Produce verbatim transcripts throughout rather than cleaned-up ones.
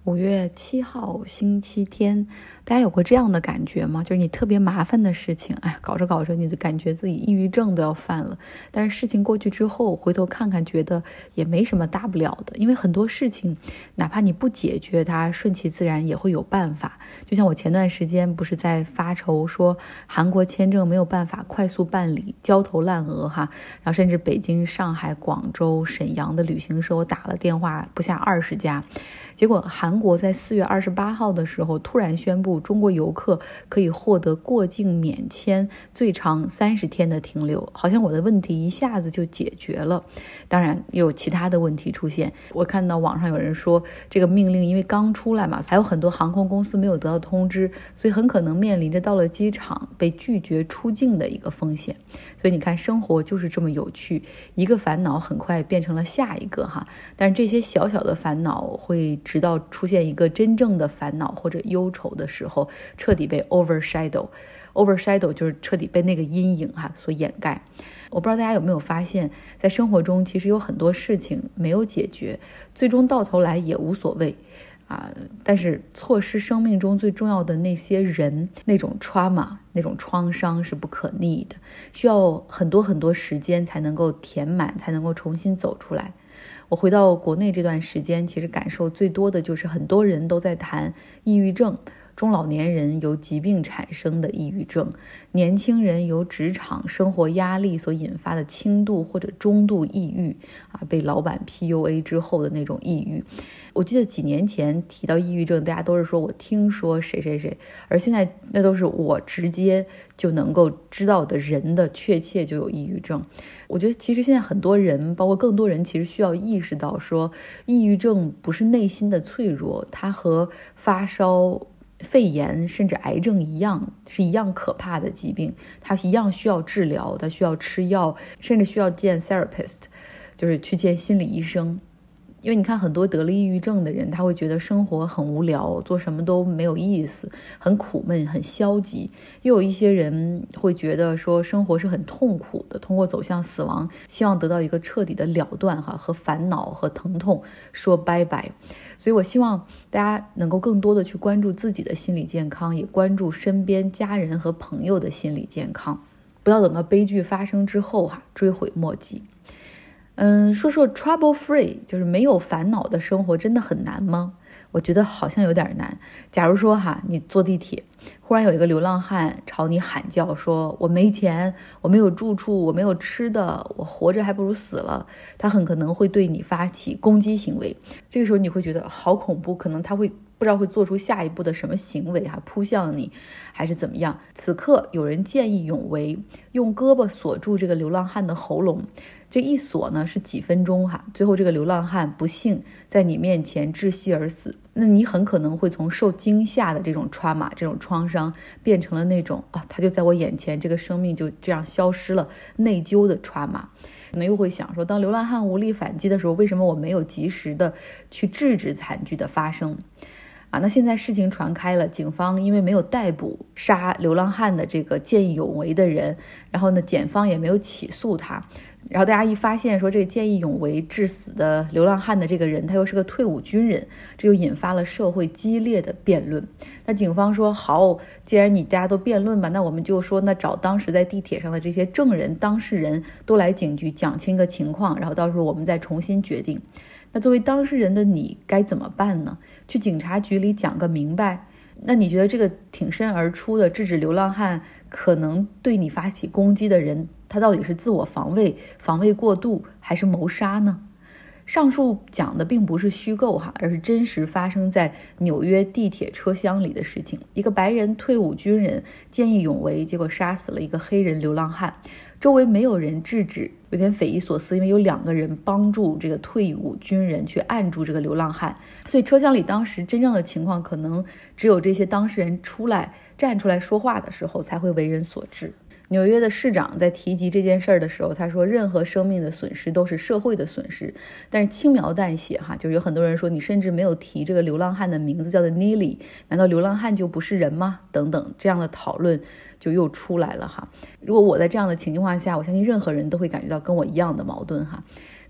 五月七号星期天，大家有过这样的感觉吗？就是你特别麻烦的事情，哎，搞着搞着你就感觉自己抑郁症都要犯了。但是事情过去之后，回头看看，觉得也没什么大不了的。因为很多事情，哪怕你不解决它，顺其自然也会有办法。就像我前段时间不是在发愁说韩国签证没有办法快速办理，焦头烂额哈。然后甚至北京、上海、广州、沈阳的旅行社，我打了电话不下二十家。结果韩国在四月二十八号的时候突然宣布，中国游客可以获得过境免签，最长三十天的停留，好像我的问题一下子就解决了。当然也有其他的问题出现，我看到网上有人说，这个命令因为刚出来嘛，还有很多航空公司没有得到通知，所以很可能面临着到了机场被拒绝出境的一个风险。所以你看，生活就是这么有趣，一个烦恼很快变成了下一个哈。但是这些小小的烦恼会直到出现一个真正的烦恼或者忧愁的时候，彻底被 overshadow overshadow 就是彻底被那个阴影哈所掩盖。我不知道大家有没有发现，在生活中其实有很多事情没有解决，最终到头来也无所谓啊，但是错失生命中最重要的那些人，那种 trauma 那种创伤是不可逆的，需要很多很多时间才能够填满，才能够重新走出来。我回到国内这段时间，其实感受最多的就是很多人都在谈抑郁症，中老年人由疾病产生的抑郁症，年轻人由职场生活压力所引发的轻度或者中度抑郁啊，被老板 P U A 之后的那种抑郁。我记得几年前提到抑郁症，大家都是说我听说谁谁谁，而现在那都是我直接就能够知道的人的确切就有抑郁症。我觉得其实现在很多人，包括更多人，其实需要意识到说，抑郁症不是内心的脆弱，它和发烧、肺炎甚至癌症一样，是一样可怕的疾病，它一样需要治疗，它需要吃药，甚至需要见 therapist， 就是去见心理医生。因为你看很多得了抑郁症的人，他会觉得生活很无聊，做什么都没有意思，很苦闷，很消极。又有一些人会觉得说生活是很痛苦的，通过走向死亡，希望得到一个彻底的了断哈，和烦恼和疼痛说拜拜。所以我希望大家能够更多的去关注自己的心理健康，也关注身边家人和朋友的心理健康，不要等到悲剧发生之后哈，追悔莫及。嗯，说说 trouble free， 就是没有烦恼的生活真的很难吗？我觉得好像有点难。假如说哈，你坐地铁，忽然有一个流浪汉朝你喊叫说，我没钱，我没有住处，我没有吃的，我活着还不如死了，他很可能会对你发起攻击行为。这个时候你会觉得好恐怖，可能他会不知道会做出下一步的什么行为哈，扑向你还是怎么样。此刻有人见义勇为，用胳膊锁住这个流浪汉的喉咙，这一锁呢是几分钟哈，最后这个流浪汉不幸在你面前窒息而死，那你很可能会从受惊吓的这种 trauma 这种创伤，变成了那种啊，他就在我眼前，这个生命就这样消失了，内疚的 trauma。可能又会想说，当流浪汉无力反击的时候，为什么我没有及时的去制止惨剧的发生啊？那现在事情传开了，警方因为没有逮捕杀流浪汉的这个见义勇为的人，然后呢，检方也没有起诉他。然后大家一发现说这个见义勇为致死的流浪汉的这个人他又是个退伍军人，这就引发了社会激烈的辩论。那警方说好，既然你大家都辩论吧，那我们就说那找当时在地铁上的这些证人当事人都来警局讲清个情况，然后到时候我们再重新决定。那作为当事人的你该怎么办呢？去警察局里讲个明白？那你觉得这个挺身而出的制止流浪汉可能对你发起攻击的人，他到底是自我防卫、防卫过度还是谋杀呢？上述讲的并不是虚构哈，而是真实发生在纽约地铁车厢里的事情。一个白人退伍军人见义勇为，结果杀死了一个黑人流浪汉，周围没有人制止，有点匪夷所思，因为有两个人帮助这个退伍军人去按住这个流浪汉，所以车厢里当时真正的情况可能只有这些当事人出来站出来说话的时候才会为人所知。纽约的市长在提及这件事儿的时候，他说任何生命的损失都是社会的损失，但是轻描淡写哈，就是有很多人说你甚至没有提这个流浪汉的名字叫做 Neely， 难道流浪汉就不是人吗？等等这样的讨论就又出来了哈。如果我在这样的情况下，我相信任何人都会感觉到跟我一样的矛盾哈。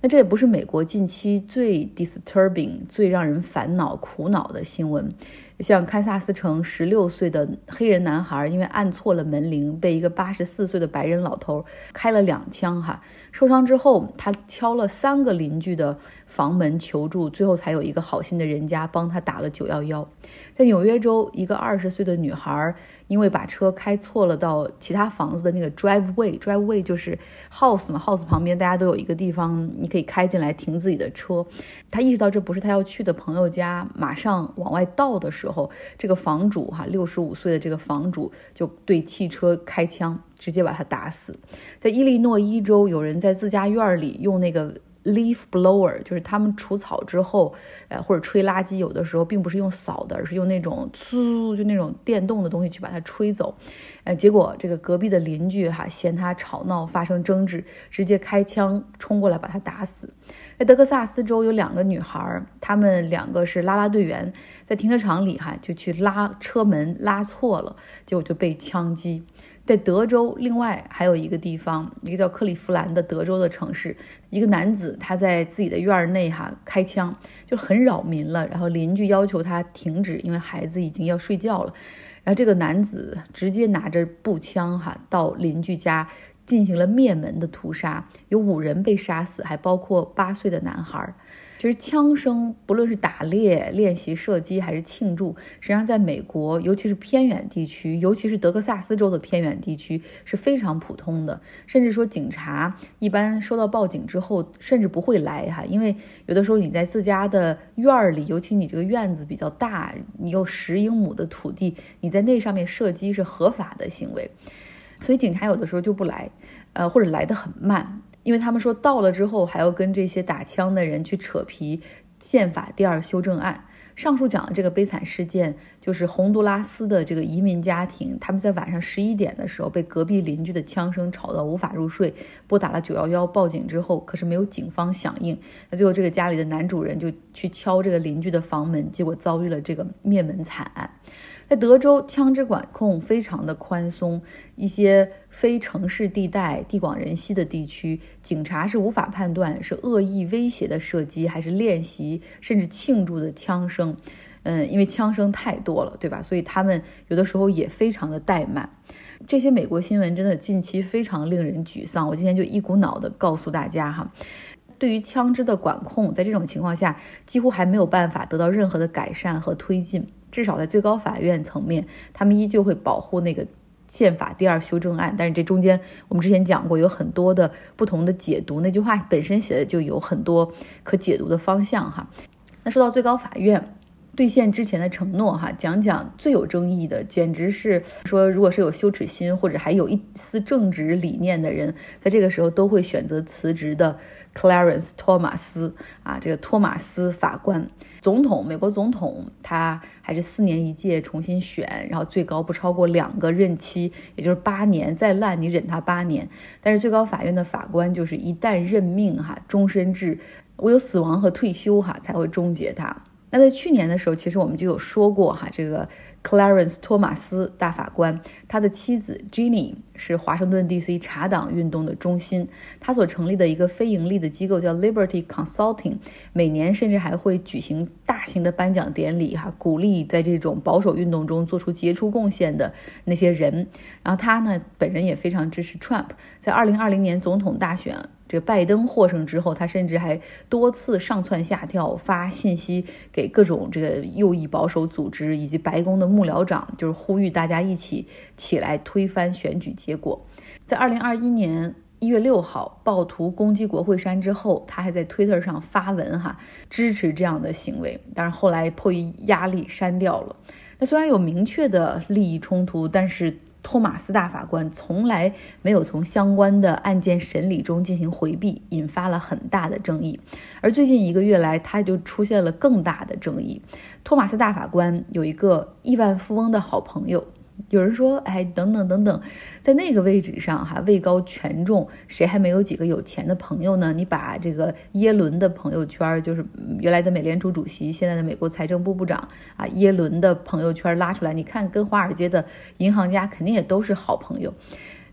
那这也不是美国近期最 disturbing 最让人烦恼苦恼的新闻，像堪萨斯城十六岁的黑人男孩因为按错了门铃，被一个八十四岁的白人老头开了两枪哈，受伤之后他敲了三个邻居的房门求助，最后才有一个好心的人家帮他打了九一一。在纽约州，一个二十岁的女孩因为把车开错了到其他房子的那个 driveway driveway 就是 house 嘛 house 旁边大家都有一个地方你可以开进来停自己的车，她意识到这不是她要去的朋友家，马上往外倒的时候，这个房主哈六十五岁的这个房主就对汽车开枪，直接把他打死。在伊利诺伊州，有人在自家院里用那个leaf blower 就是他们除草之后呃，或者吹垃圾，有的时候并不是用扫的，而是用那种嗖就那种电动的东西去把它吹走。呃，结果这个隔壁的邻居哈嫌他吵闹发生争执，直接开枪冲过来把他打死。在德克萨斯州有两个女孩，她们两个是啦啦队员，在停车场里哈就去拉车门拉错了，结果就被枪击。在德州另外还有一个地方，一个叫克利夫兰的德州的城市，一个男子他在自己的院内哈开枪，就很扰民了，然后邻居要求他停止，因为孩子已经要睡觉了，然后这个男子直接拿着步枪哈到邻居家进行了灭门的屠杀，有五人被杀死，还包括八岁的男孩。其实枪声不论是打猎、练习射击还是庆祝，实际上在美国尤其是偏远地区，尤其是德克萨斯州的偏远地区是非常普通的，甚至说警察一般收到报警之后甚至不会来哈，因为有的时候你在自家的院里，尤其你这个院子比较大，你有十英亩的土地，你在那上面射击是合法的行为，所以警察有的时候就不来，呃，或者来得很慢，因为他们说到了之后还要跟这些打枪的人去扯皮宪法第二修正案。上述讲的这个悲惨事件就是洪都拉斯的这个移民家庭，他们在晚上十一点的时候被隔壁邻居的枪声吵到无法入睡，拨打了九一一报警之后，可是没有警方响应，那最后这个家里的男主人就去敲这个邻居的房门，结果遭遇了这个灭门惨案。在德州，枪支管控非常的宽松，一些非城市地带地广人稀的地区，警察是无法判断是恶意威胁的射击还是练习甚至庆祝的枪声，嗯，因为枪声太多了，对吧？所以他们有的时候也非常的怠慢。这些美国新闻真的近期非常令人沮丧，我今天就一股脑的告诉大家哈。对于枪支的管控，在这种情况下几乎还没有办法得到任何的改善和推进，至少在最高法院层面，他们依旧会保护那个宪法第二修正案，但是这中间我们之前讲过有很多的不同的解读，那句话本身写的就有很多可解读的方向哈。那说到最高法院兑现之前的承诺哈，讲讲最有争议的，简直是说如果是有羞耻心或者还有一丝正直理念的人，在这个时候都会选择辞职的 Clarence 托马斯啊，这个托马斯法官。总统，美国总统他还是四年一届重新选，然后最高不超过两个任期，也就是八年，再烂你忍他八年。但是最高法院的法官就是一旦任命哈，终身制，唯有死亡和退休哈才会终结他。那在去年的时候，其实我们就有说过哈，这个 Clarence 托马斯大法官，他的妻子 Ginny 是华盛顿 D C 茶党运动的中心，他所成立的一个非盈利的机构叫 Liberty Consulting， 每年甚至还会举行大型的颁奖典礼哈，鼓励在这种保守运动中做出杰出贡献的那些人。然后他呢本人也非常支持 Trump， 在二零二零年总统大选这个拜登获胜之后，他甚至还多次上蹿下跳，发信息给各种这个右翼保守组织以及白宫的幕僚长，就是呼吁大家一起起来推翻选举结果。在二零二一年一月六号，暴徒攻击国会山之后，他还在推特上发文哈，支持这样的行为，但是后来迫于压力删掉了。那虽然有明确的利益冲突，但是托马斯大法官从来没有从相关的案件审理中进行回避，引发了很大的争议。而最近一个月来，他就出现了更大的争议。托马斯大法官有一个亿万富翁的好朋友，有人说哎等等等等，在那个位置上哈，位高权重，谁还没有几个有钱的朋友呢？你把这个耶伦的朋友圈，就是原来的美联储主席，现在的美国财政部部长啊，耶伦的朋友圈拉出来，你看跟华尔街的银行家肯定也都是好朋友。对，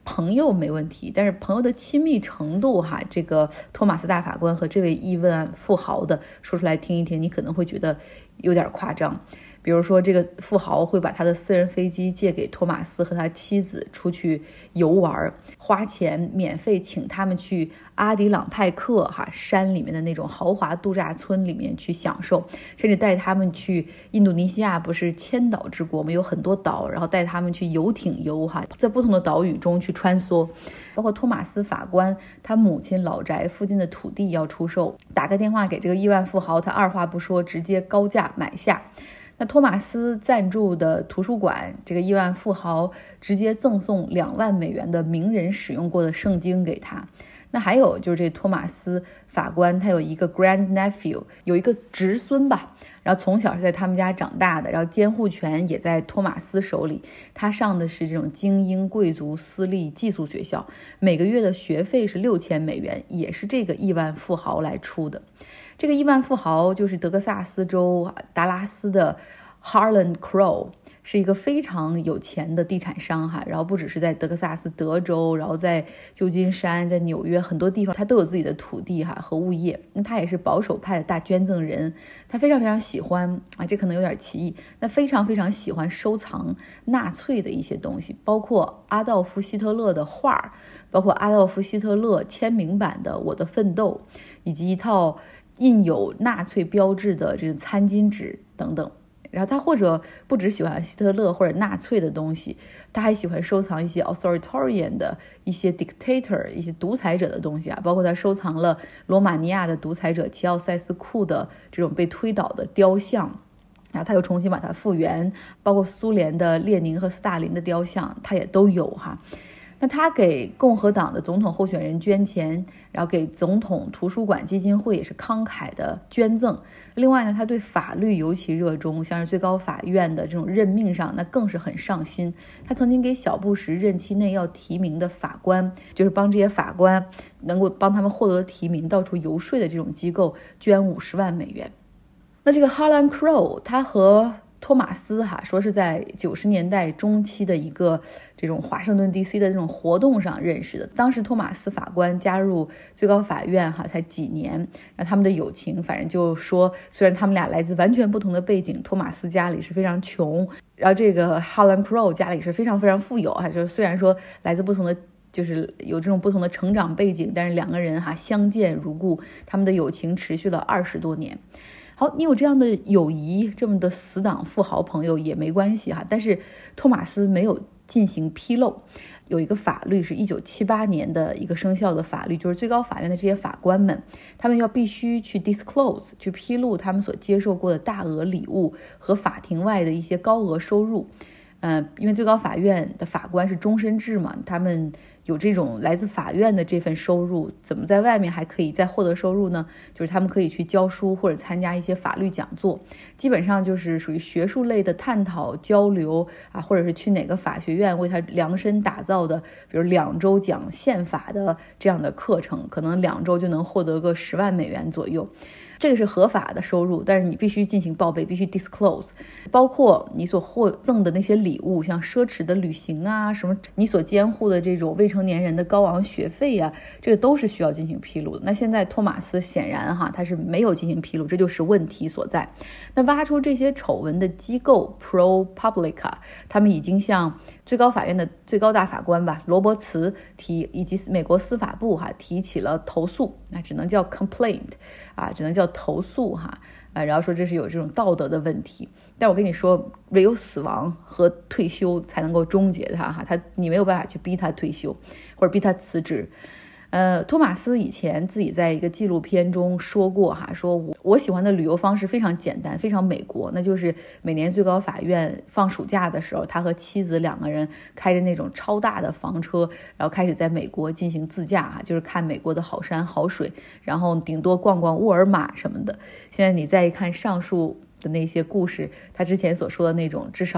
朋友没问题，但是朋友的亲密程度哈，这个托马斯大法官和这位亿万富豪的说出来听一听，你可能会觉得有点夸张。比如说这个富豪会把他的私人飞机借给托马斯和他妻子出去游玩，花钱免费请他们去阿迪朗派克哈山里面的那种豪华度假村里面去享受，甚至带他们去印度尼西亚，不是千岛之国吗？有很多岛，然后带他们去游艇游哈，在不同的岛屿中去穿梭。包括托马斯法官他母亲老宅附近的土地要出售，打个电话给这个亿万富豪，他二话不说直接高价买下。那托马斯赞助的图书馆，这个亿万富豪直接赠送两万美元的名人使用过的圣经给他。那还有就是这托马斯法官，他有一个 grand nephew， 有一个侄孙吧，然后从小是在他们家长大的，然后监护权也在托马斯手里。他上的是这种精英贵族私立寄宿学校，每个月的学费是六千美元，也是这个亿万富豪来出的。这个亿万富豪就是德克萨斯州达拉斯的 Harlan Crow， 是一个非常有钱的地产商哈，然后不只是在德克萨斯德州，然后在旧金山，在纽约很多地方他都有自己的土地哈和物业。那他也是保守派的大捐赠人，他非常非常喜欢啊，这可能有点歧义，那非常非常喜欢收藏纳粹的一些东西，包括阿道夫希特勒的画，包括阿道夫希特勒签名版的《我的奋斗》，以及一套印有纳粹标志的这种餐巾纸等等。然后他或者不只喜欢希特勒或者纳粹的东西，他还喜欢收藏一些 authoritarian 的一些 dictator 一些独裁者的东西啊，包括他收藏了罗马尼亚的独裁者齐奥塞斯库的这种被推倒的雕像，然后他又重新把它复原，包括苏联的列宁和斯大林的雕像他也都有哈。那他给共和党的总统候选人捐钱，然后给总统图书馆基金会也是慷慨的捐赠。另外呢，他对法律尤其热衷，像是最高法院的这种任命上，那更是很上心。他曾经给小布什任期内要提名的法官，就是帮这些法官能够帮他们获得提名，到处游说的这种机构捐五十万美元。那这个 Harlan Crow 他和托马斯哈说是在九十年代中期的一个这种华盛顿 D C 的这种活动上认识的。当时托马斯法官加入最高法院哈才几年，那他们的友情反正就说，虽然他们俩来自完全不同的背景，托马斯家里是非常穷，然后这个 Harlan Crow 家里是非常非常富有哈，就虽然说来自不同的，就是有这种不同的成长背景，但是两个人哈相见如故，他们的友情持续了二十多年。好，你有这样的友谊，这么的死党富豪朋友也没关系哈，但是托马斯没有进行披露。有一个法律是一九七八年的一个生效的法律，就是最高法院的这些法官们，他们要必须去 disclose 去披露他们所接受过的大额礼物和法庭外的一些高额收入。呃，因为最高法院的法官是终身制嘛，他们有这种来自法院的这份收入，怎么在外面还可以再获得收入呢？就是他们可以去教书或者参加一些法律讲座，基本上就是属于学术类的探讨交流啊，或者是去哪个法学院为他量身打造的，比如两周讲宪法的这样的课程，可能两周就能获得个十万美元左右。这个是合法的收入，但是你必须进行报备，必须 disclose， 包括你所获赠的那些礼物，像奢侈的旅行啊，什么你所监护的这种未成年人的高昂学费啊，这个都是需要进行披露的。那现在托马斯显然哈，他是没有进行披露，这就是问题所在。那挖出这些丑闻的机构 ProPublica， 他们已经向最高法院的最高大法官吧罗伯茨提，以及美国司法部哈提起了投诉，那只能叫 complaint 啊，只能叫投诉哈，呃，然后说这是有这种道德的问题。但我跟你说，唯有死亡和退休才能够终结它哈，他你没有办法去逼他退休或者逼他辞职。呃，托马斯以前自己在一个纪录片中说过哈，说我我喜欢的旅游方式非常简单，非常美国，那就是每年最高法院放暑假的时候，他和妻子两个人开着那种超大的房车，然后开始在美国进行自驾哈，就是看美国的好山好水，然后顶多逛逛沃尔玛什么的。现在你再一看上述的那些故事，他之前所说的那种至少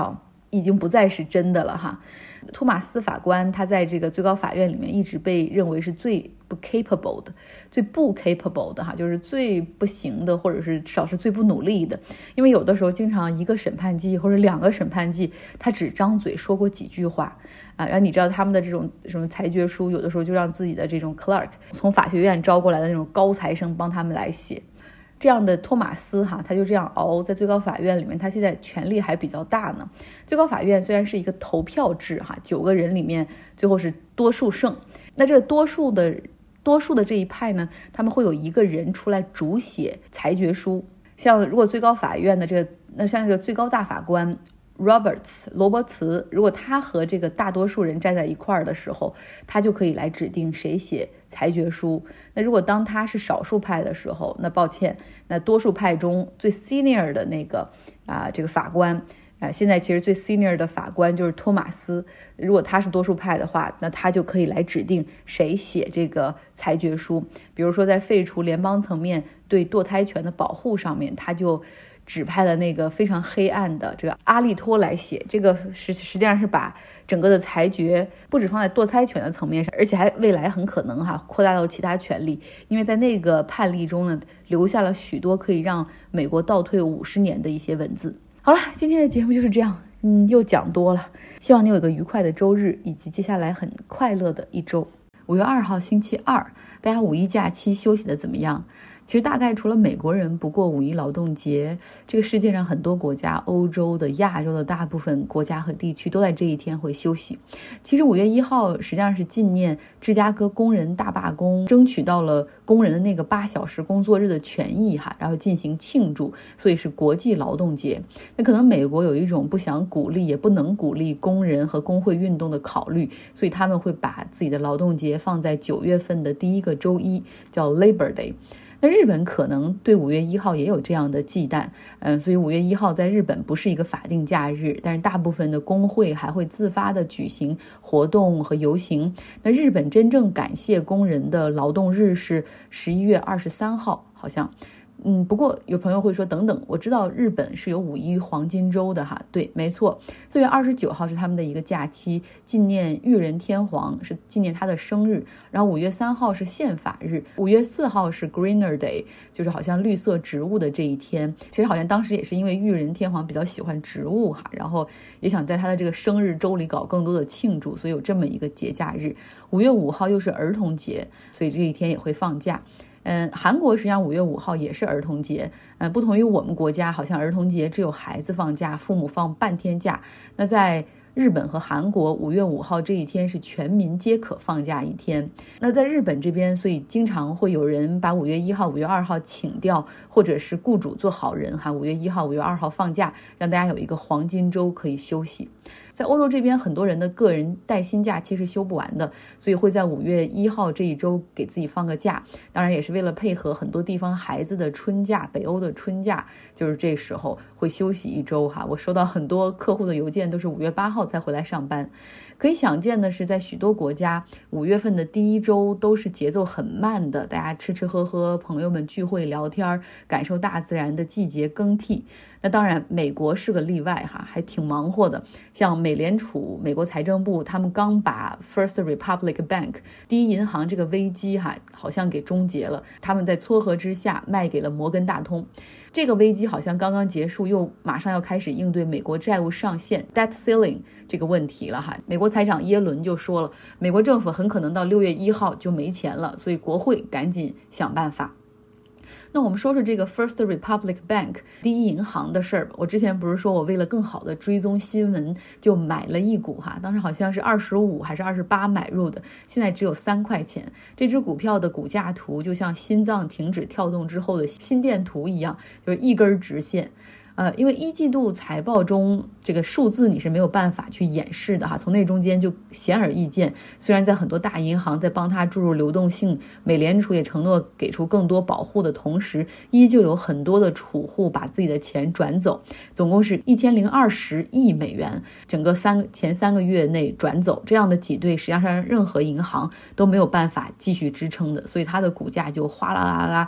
已经不再是真的了哈。托马斯法官他在这个最高法院里面一直被认为是最不 capable 的，最不 capable 的哈，就是最不行的，或者是至少是最不努力的。因为有的时候经常一个审判季或者两个审判季，他只张嘴说过几句话啊，然后你知道他们的这种什么裁决书，有的时候就让自己的这种 clerk 从法学院招过来的那种高材生帮他们来写。这样的托马斯哈，他就这样熬在最高法院里面，他现在权力还比较大呢。最高法院虽然是一个投票制哈，九个人里面最后是多数胜，那这个多数的多数的这一派呢，他们会有一个人出来主写裁决书。像如果最高法院的这个，那像这个最高大法官Roberts 罗伯茨，如果他和这个大多数人站在一块儿的时候，他就可以来指定谁写裁决书。那如果当他是少数派的时候，那抱歉，那多数派中最 senior 的那个啊这个法官啊，现在其实最 senior 的法官就是托马斯，如果他是多数派的话，那他就可以来指定谁写这个裁决书。比如说在废除联邦层面对堕胎权的保护上面，他就指派了那个非常黑暗的这个阿利托来写，这个实实际上是把整个的裁决不止放在堕胎权的层面上，而且还未来很可能哈扩大到其他权利，因为在那个判例中呢，留下了许多可以让美国倒退五十年的一些文字。好了，今天的节目就是这样，嗯，又讲多了，希望你有一个愉快的周日，以及接下来很快乐的一周。五月二号星期二，大家五一假期休息的怎么样？其实大概除了美国人不过五一劳动节，这个世界上很多国家，欧洲的、亚洲的大部分国家和地区都在这一天会休息。其实五月一号实际上是纪念芝加哥工人大罢工，争取到了工人的那个八小时工作日的权益哈，然后进行庆祝，所以是国际劳动节。那可能美国有一种不想鼓励也不能鼓励工人和工会运动的考虑，所以他们会把自己的劳动节放在九月份的第一个周一，叫 Labor Day。那日本可能对五月一号也有这样的忌惮，嗯，所以五月一号在日本不是一个法定假日，但是大部分的工会还会自发的举行活动和游行。那日本真正感谢工人的劳动日是十一月二十三号，好像。嗯，不过有朋友会说，等等，我知道日本是有五一黄金周的哈，对，没错，四月二十九号是他们的一个假期，纪念裕仁天皇，是纪念他的生日。然后五月三号是宪法日，五月四号是 Greener Day， 就是好像绿色植物的这一天。其实好像当时也是因为裕仁天皇比较喜欢植物哈，然后也想在他的这个生日周里搞更多的庆祝，所以有这么一个节假日。五月五号又是儿童节，所以这一天也会放假。嗯，韩国实际上五月五号也是儿童节，嗯，不同于我们国家，好像儿童节只有孩子放假，父母放半天假。那在日本和韩国，五月五号这一天是全民皆可放假一天。那在日本这边，所以经常会有人把五月一号、五月二号请掉，或者是雇主做好人哈，五月一号、五月二号放假，让大家有一个黄金周可以休息。在欧洲这边，很多人的个人带薪假期是休不完的，所以会在五月一号这一周给自己放个假，当然也是为了配合很多地方孩子的春假，北欧的春假就是这时候会休息一周哈。我收到很多客户的邮件都是五月八号才回来上班。可以想见的是，在许多国家，五月份的第一周都是节奏很慢的，大家吃吃喝喝，朋友们聚会聊天，感受大自然的季节更替。那当然美国是个例外哈，还挺忙活的。像美联储、美国财政部，他们刚把 First Republic Bank 第一银行这个危机哈，好像给终结了，他们在撮合之下卖给了摩根大通。这个危机好像刚刚结束，又马上要开始应对美国债务上限 debt ceiling 这个问题了哈。美国财长耶伦就说了，美国政府很可能到六月一号就没钱了，所以国会赶紧想办法。那我们说说这个 First Republic Bank 第一银行的事儿吧。我之前不是说我为了更好的追踪新闻就买了一股哈，当时好像是二十五还是二十八买入的，现在只有三块钱。这只股票的股价图就像心脏停止跳动之后的心电图一样，就是一根直线。呃，因为一季度财报中这个数字你是没有办法去掩饰的哈，从那中间就显而易见。虽然在很多大银行在帮他注入流动性，美联储也承诺给出更多保护的同时，依旧有很多的储户把自己的钱转走，总共是一千零二十亿美元，整个三个前三个月内转走，这样的挤兑实际上让任何银行都没有办法继续支撑的，所以它的股价就哗啦啦啦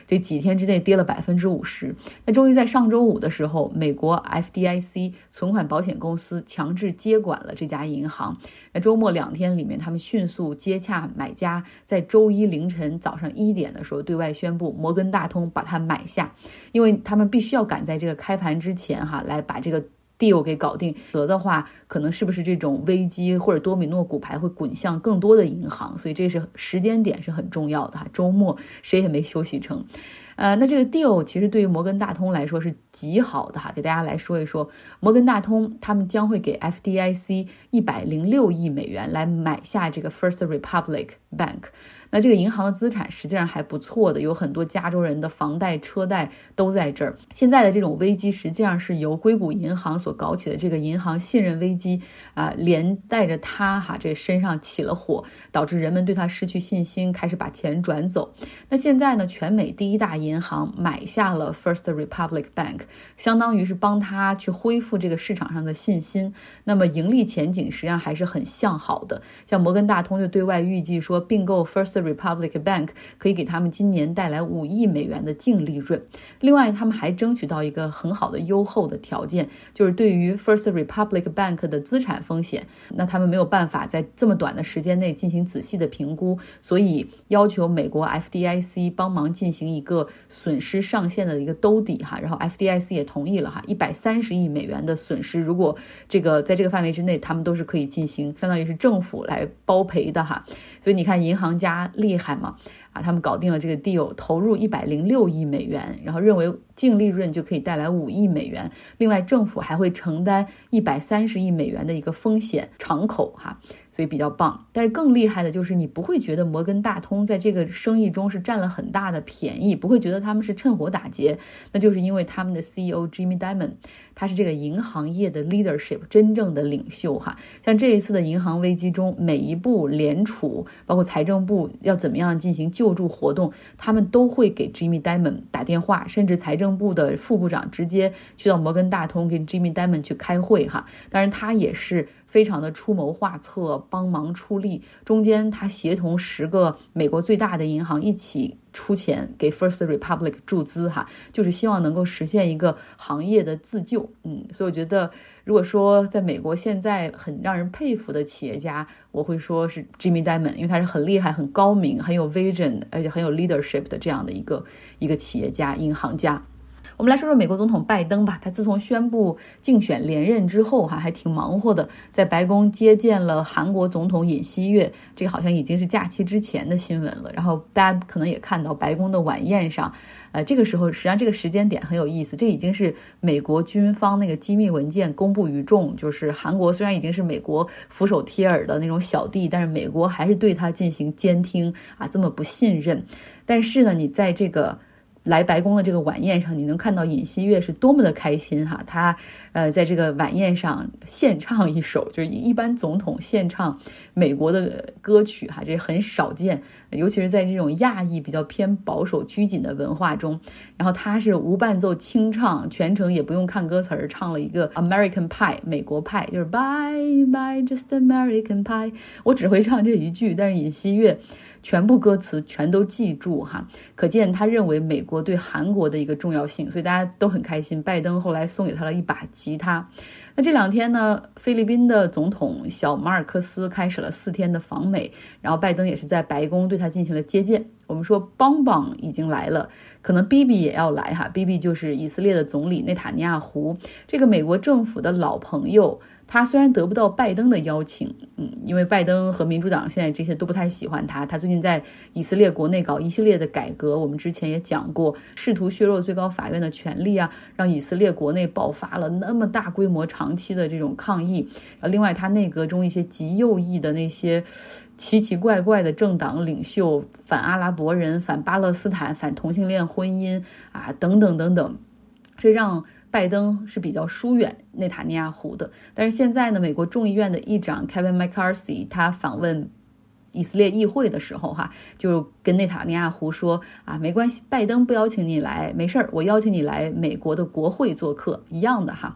这几天之内跌了百分之五十。那终于在上周五的时候，美国 F D I C 存款保险公司强制接管了这家银行。那周末两天里面，他们迅速接洽买家，在周一凌晨早上一点的时候对外宣布，摩根大通把它买下，因为他们必须要赶在这个开盘之前哈，来把这个deal 给搞定，否则的话可能是不是这种危机或者多米诺骨牌会滚向更多的银行，所以这是时间点是很重要的哈。周末谁也没休息成。呃，那这个 deal 其实对于摩根大通来说是极好的哈，给大家来说一说，摩根大通他们将会给 F D I C 一百零六亿美元来买下这个 First Republic Bank。那这个银行的资产实际上还不错的，有很多加州人的房贷车贷都在这儿。现在的这种危机实际上是由硅谷银行所搞起的这个银行信任危机啊、呃，连带着他哈这身上起了火，导致人们对他失去信心，开始把钱转走。那现在呢，全美第一大银行买下了 First Republic Bank， 相当于是帮他去恢复这个市场上的信心。那么盈利前景实际上还是很向好的，像摩根大通就对外预计说，并购 First Republic Bank 可以给他们今年带来五亿美元的净利润。另外他们还争取到一个很好的优厚的条件，就是对于 First Republic Bank 的资产风险，那他们没有办法在这么短的时间内进行仔细的评估，所以要求美国 F D I C 帮忙进行一个损失上限的一个兜底哈，然后 F D I C 也同意了哈，一百三十亿美元的损失，如果这个在这个范围之内，他们都是可以进行，相当于是政府来包赔的哈。所以你看银行家厉害嘛，啊，他们搞定了这个 deal， 投入一百零六亿美元，然后认为净利润就可以带来五亿美元，另外政府还会承担一百三十亿美元的一个风险敞口哈。所以比较棒。但是更厉害的就是你不会觉得摩根大通在这个生意中是占了很大的便宜，不会觉得他们是趁火打劫，那就是因为他们的 C E O Jamie Dimon， 他是这个银行业的 leadership 真正的领袖哈。像这一次的银行危机中，每一步联储包括财政部要怎么样进行救助活动，他们都会给 Jamie Dimon 打电话，甚至财政部的副部长直接去到摩根大通跟 Jamie Dimon 去开会哈。当然他也是非常的出谋划策，帮忙出力，中间他协同十个美国最大的银行一起出钱给 First Republic 注资哈，就是希望能够实现一个行业的自救。嗯，所以我觉得如果说在美国现在很让人佩服的企业家，我会说是 Jamie Dimon， 因为他是很厉害很高明很有 vision 而且很有 leadership 的这样的一个一个企业家银行家。我们来说说美国总统拜登吧，他自从宣布竞选连任之后哈，还挺忙活的，在白宫接见了韩国总统尹锡悦，这个好像已经是假期之前的新闻了。然后大家可能也看到白宫的晚宴上，呃，这个时候实际上这个时间点很有意思，这已经是美国军方那个机密文件公布于众，就是韩国虽然已经是美国俯首帖耳的那种小弟，但是美国还是对他进行监听啊，这么不信任。但是呢，你在这个来白宫的这个晚宴上，你能看到尹锡悦是多么的开心哈，他呃在这个晚宴上献唱一首，就是一般总统献唱美国的歌曲哈，这很少见，尤其是在这种亚裔比较偏保守拘谨的文化中。然后他是无伴奏清唱，全程也不用看歌词儿，唱了一个 American Pie 美国派，就是 Bye Bye Just American Pie， 我只会唱这一句，但是尹锡悦全部歌词全都记住哈，可见他认为美国对韩国的一个重要性，所以大家都很开心。拜登后来送给他了一把吉他。那这两天呢，菲律宾的总统小马尔克斯开始了四天的访美，然后拜登也是在白宫对他进行了接见。我们说邦邦已经来了，可能 B B 也要来哈 ，B B 就是以色列的总理内塔尼亚胡，这个美国政府的老朋友。他虽然得不到拜登的邀请，嗯，因为拜登和民主党现在这些都不太喜欢他，他最近在以色列国内搞一系列的改革，我们之前也讲过，试图削弱最高法院的权力啊，让以色列国内爆发了那么大规模长期的这种抗议。另外他内阁中一些极右翼的那些奇奇怪怪的政党领袖，反阿拉伯人、反巴勒斯坦、反同性恋婚姻啊，等等等等，这让拜登是比较疏远内塔尼亚胡的。但是现在呢，美国众议院的议长 Kevin McCarthy 他访问以色列议会的时候哈，就跟内塔尼亚胡说啊，没关系，拜登不邀请你来没事儿，我邀请你来美国的国会做客一样的哈。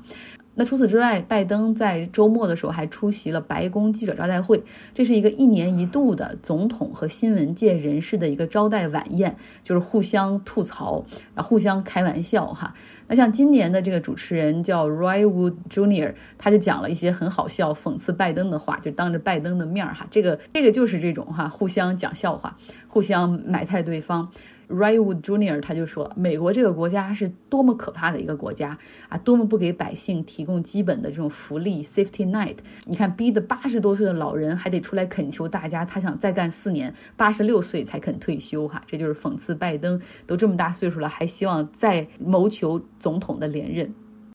那除此之外，拜登在周末的时候还出席了白宫记者招待会，这是一个一年一度的总统和新闻界人士的一个招待晚宴，就是互相吐槽，然后互相开玩笑哈。那像今年的这个主持人叫 Roy Wood Junior， 他就讲了一些很好笑讽刺拜登的话，就当着拜登的面哈，这个这个就是这种哈，互相讲笑话，互相埋汰对方。Roy Wood Junior 他就说，美国这个国家是多么可怕的一个国家啊，多么不给百姓提供基本的这种福利 safety net。你看，逼得八十多岁的老人还得出来恳求大家，他想再干四年，八十六岁才肯退休哈，这就是讽刺拜登都这么大岁数了，还希望再谋求总统的连任。